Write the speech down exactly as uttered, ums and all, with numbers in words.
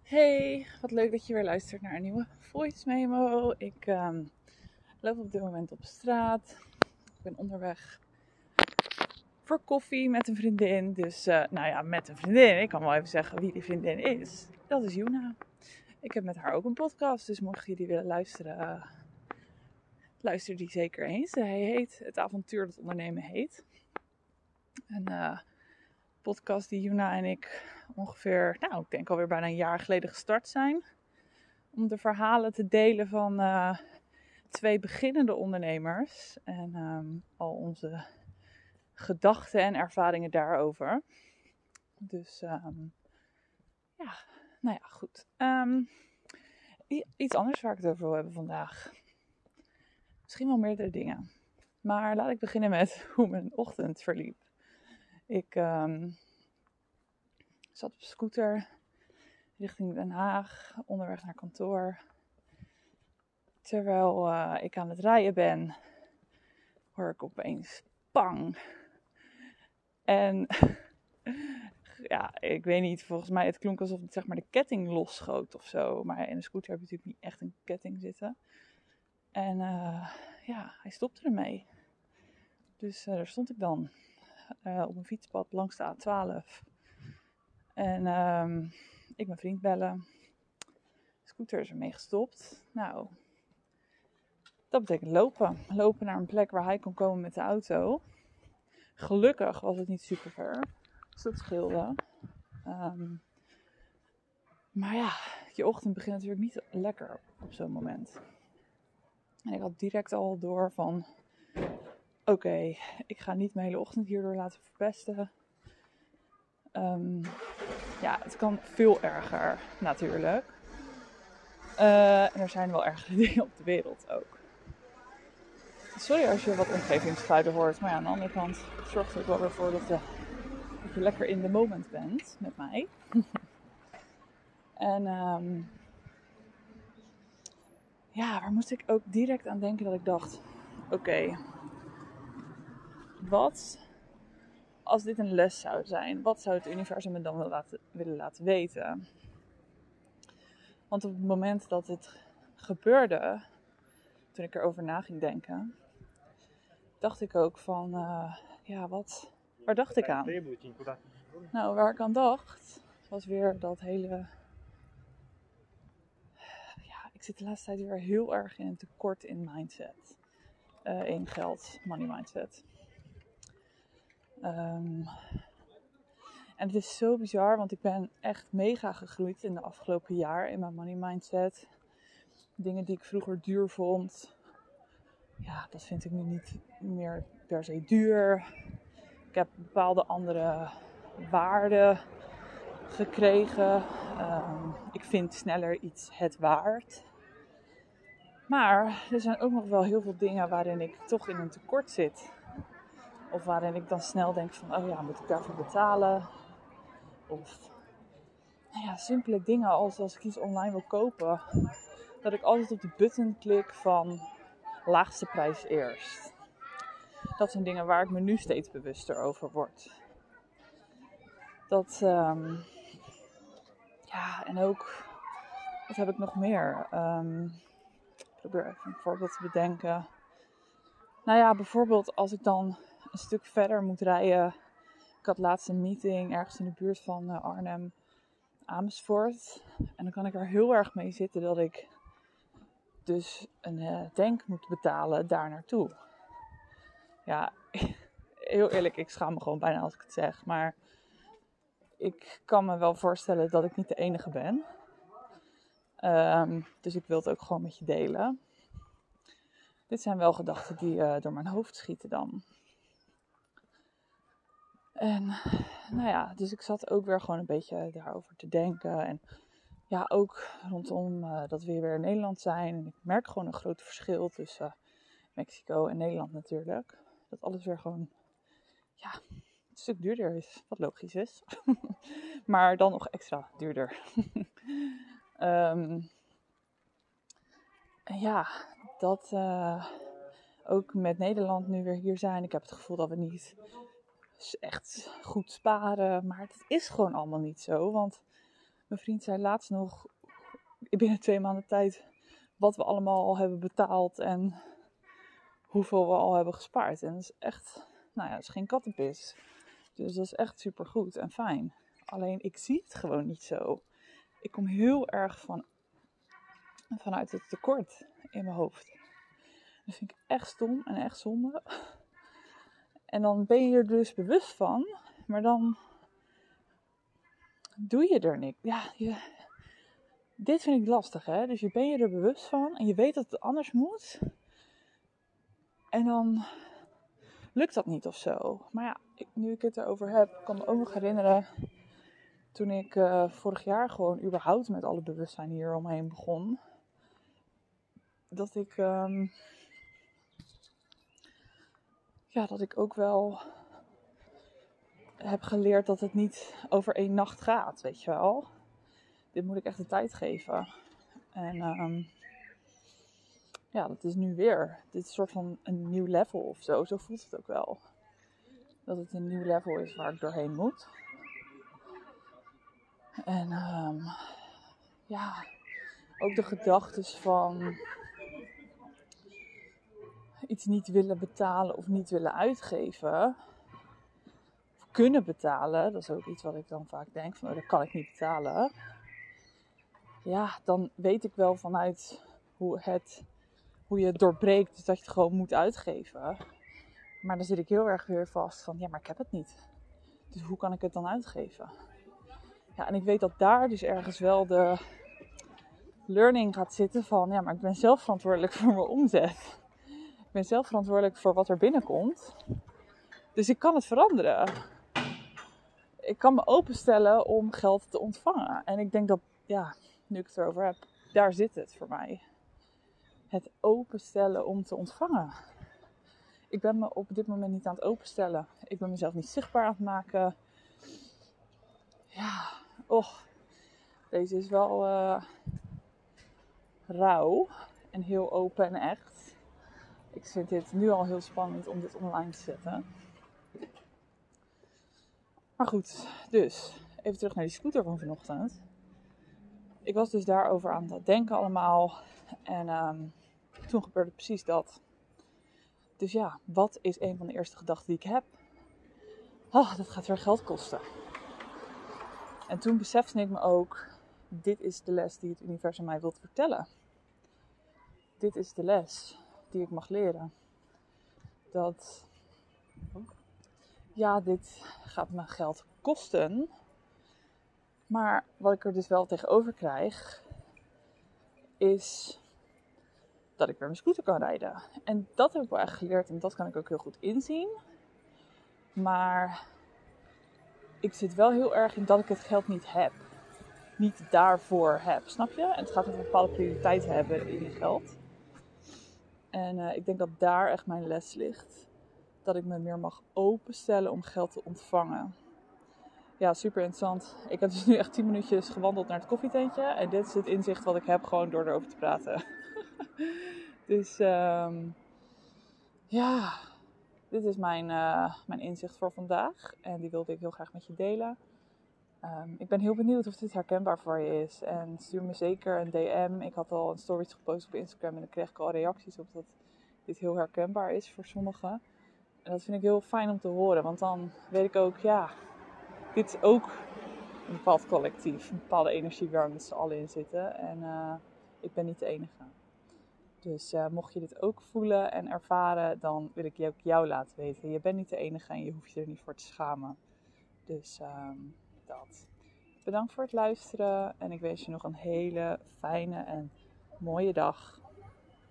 Hey, wat leuk dat je weer luistert naar een nieuwe voice memo. Ik um, loop op dit moment op straat. Ik ben onderweg voor koffie met een vriendin. Dus, uh, nou ja, met een vriendin. Ik kan wel even zeggen wie die vriendin is. Dat is Juna. Ik heb met haar ook een podcast, dus mocht je die willen luisteren, uh, luister die zeker eens. Hij heet Het Avontuur dat Ondernemen heet. Een uh, podcast die Juna en ik ongeveer, nou, ik denk alweer bijna een jaar geleden gestart zijn. Om de verhalen te delen van uh, twee beginnende ondernemers. En um, al onze gedachten en ervaringen daarover. Dus um, ja, nou ja, goed. Um, iets anders waar ik het over wil hebben vandaag. Misschien wel meerdere dingen. Maar laat ik beginnen met hoe mijn ochtend verliep. Ik um, zat op scooter richting Den Haag, onderweg naar kantoor. Terwijl uh, ik aan het rijden ben, hoor ik opeens pang. En ja, ik weet niet, volgens mij het klonk alsof het, zeg maar, de ketting losschoot of zo. Maar in een scooter heb je natuurlijk niet echt een ketting zitten. En uh, ja, hij stopte ermee. Dus uh, daar stond ik dan uh, op een fietspad langs de A twaalf. En um, ik mijn vriend bellen. De scooter is ermee gestopt. Nou, dat betekent lopen. Lopen naar een plek waar hij kon komen met de auto. Gelukkig was het niet super ver. Dus dat scheelde. Um, maar ja, je ochtend begint natuurlijk niet lekker op zo'n moment. En ik had direct al door van... Oké, okay, ik ga niet mijn hele ochtend hierdoor laten verpesten. Um, ja, het kan veel erger natuurlijk. Uh, en er zijn wel ergere dingen op de wereld ook. Sorry als je wat omgevingsgeluiden hoort. Maar ja, aan de andere kant zorgt er ook wel weer voor dat je, dat je lekker in the moment bent met mij. En um, ja, waar moest ik ook direct aan denken dat ik dacht... Oké, okay, wat als dit een les zou zijn? Wat zou het universum me dan willen laten, willen laten weten? Want op het moment dat het gebeurde, toen ik erover na ging denken, dacht ik ook van, uh, ja, wat, waar dacht ik aan? Nou, waar ik aan dacht, was weer dat hele... Ja, ik zit de laatste tijd weer heel erg in een tekort in mindset. Uh, in geld, money mindset. Um, en het is zo bizar, want ik ben echt mega gegroeid in de afgelopen jaar in mijn money mindset. Dingen die ik vroeger duur vond, ja, dat vind ik nu niet meer per se duur. Ik heb bepaalde andere waarden gekregen. Um, ik vind sneller iets het waard. Maar er zijn ook nog wel heel veel dingen waarin ik toch in een tekort zit. Of waarin ik dan snel denk van, oh ja, moet ik daarvoor betalen? Of, nou ja, simpele dingen als als ik iets online wil kopen. Dat ik altijd op de button klik van laagste prijs eerst. Dat zijn dingen waar ik me nu steeds bewuster over word. Dat, um, ja, en ook, wat heb ik nog meer? Um, ik probeer even een voorbeeld te bedenken. Nou ja, bijvoorbeeld als ik dan een stuk verder moet rijden. Ik had laatst een meeting ergens in de buurt van uh, Arnhem, Amersfoort. En dan kan ik er heel erg mee zitten dat ik dus een uh, tank moet betalen daar naartoe. Ja, heel eerlijk, ik schaam me gewoon bijna als ik het zeg. Maar ik kan me wel voorstellen dat ik niet de enige ben. Um, dus ik wil het ook gewoon met je delen. Dit zijn wel gedachten die uh, door mijn hoofd schieten dan. En nou ja, dus ik zat ook weer gewoon een beetje daarover te denken. En ja, ook rondom uh, dat we weer in Nederland zijn. En ik merk gewoon een groot verschil tussen uh, Mexico en Nederland natuurlijk. Dat alles weer gewoon, ja, een stuk duurder is. Wat logisch is. Maar dan nog extra duurder. um, ja, dat uh, ook met Nederland nu weer hier zijn. Ik heb het gevoel dat we niet echt goed sparen. Maar het is gewoon allemaal niet zo. Want Mijn vriend zei laatst nog, binnen twee maanden tijd, wat we allemaal al hebben betaald en hoeveel we al hebben gespaard. En dat is echt, nou ja, dat is geen kattenpis. Dus dat is echt super goed en fijn. Alleen ik zie het gewoon niet zo. Ik kom heel erg van, vanuit het tekort in mijn hoofd. Dat vind ik echt stom en echt zonde. En dan ben je er dus bewust van, maar dan doe je er niks. Ja, je, dit vind ik lastig, hè. Dus je ben je er bewust van en je weet dat het anders moet. En dan lukt dat niet of zo. Maar ja, ik, nu ik het erover heb, kan ik me ook nog herinneren toen ik uh, vorig jaar gewoon überhaupt met alle bewustzijn hier omheen begon. Dat ik, um, ja, dat ik ook wel heb geleerd dat het niet over één nacht gaat, weet je wel. Dit moet ik echt de tijd geven. En um, ja, dat is nu weer. Dit is een soort van een nieuw level of zo. Zo voelt het ook wel. Dat het een nieuw level is waar ik doorheen moet. En um, ja, ook de gedachtes van iets niet willen betalen of niet willen uitgeven. Of kunnen betalen. Dat is ook iets wat ik dan vaak denk van, oh, dat kan ik niet betalen. Ja, dan weet ik wel vanuit hoe, het, hoe je het doorbreekt. Dus dat je het gewoon moet uitgeven. Maar dan zit ik heel erg weer vast van, ja, maar ik heb het niet. Dus hoe kan ik het dan uitgeven? Ja, en ik weet dat daar dus ergens wel de learning gaat zitten van, ja, maar ik ben zelf verantwoordelijk voor mijn omzet. Ik ben zelf verantwoordelijk voor wat er binnenkomt. Dus ik kan het veranderen. Ik kan me openstellen om geld te ontvangen. En ik denk dat, ja, nu ik het erover heb, daar zit het voor mij. Het openstellen om te ontvangen. Ik ben me op dit moment niet aan het openstellen. Ik ben mezelf niet zichtbaar aan het maken. Ja, och. Deze is wel uh, rauw. En heel open en echt. Ik vind dit nu al heel spannend om dit online te zetten. Maar goed, dus even terug naar die scooter van vanochtend. Ik was dus daarover aan het denken allemaal. En um, toen gebeurde precies dat. Dus ja, wat is een van de eerste gedachten die ik heb? Oh, dat gaat weer geld kosten. En toen besefte ik me ook, dit is de les die het universum mij wil vertellen. Dit is de les die ik mag leren. Dat, ja, dit gaat me geld kosten. Maar wat ik er dus wel tegenover krijg, is dat ik weer mijn scooter kan rijden. En dat heb ik wel echt geleerd en dat kan ik ook heel goed inzien. Maar ik zit wel heel erg in dat ik het geld niet heb. Niet daarvoor heb, snap je? En het gaat over een bepaalde prioriteit hebben in je geld. En uh, ik denk dat daar echt mijn les ligt. Dat ik me meer mag openstellen om geld te ontvangen. Ja, super interessant. Ik heb dus nu echt tien minuutjes gewandeld naar het koffietentje. En dit is het inzicht wat ik heb gewoon door erover te praten. Dus um, ja, dit is mijn, uh, mijn inzicht voor vandaag. En die wilde ik heel graag met je delen. Um, ik ben heel benieuwd of dit herkenbaar voor je is. En stuur me zeker een D M. Ik had al een stories gepost op Instagram en daar kreeg ik al reacties op dat dit heel herkenbaar is voor sommigen. En dat vind ik heel fijn om te horen. Want dan weet ik ook, ja, dit is ook een bepaald collectief. Een bepaalde energie waar we met z'n allen in zitten. En uh, ik ben niet de enige. Dus uh, mocht je dit ook voelen en ervaren, dan wil ik je ook jou laten weten. Je bent niet de enige en je hoeft je er niet voor te schamen. Dus um, dat. Bedankt voor het luisteren en ik wens je nog een hele fijne en mooie dag.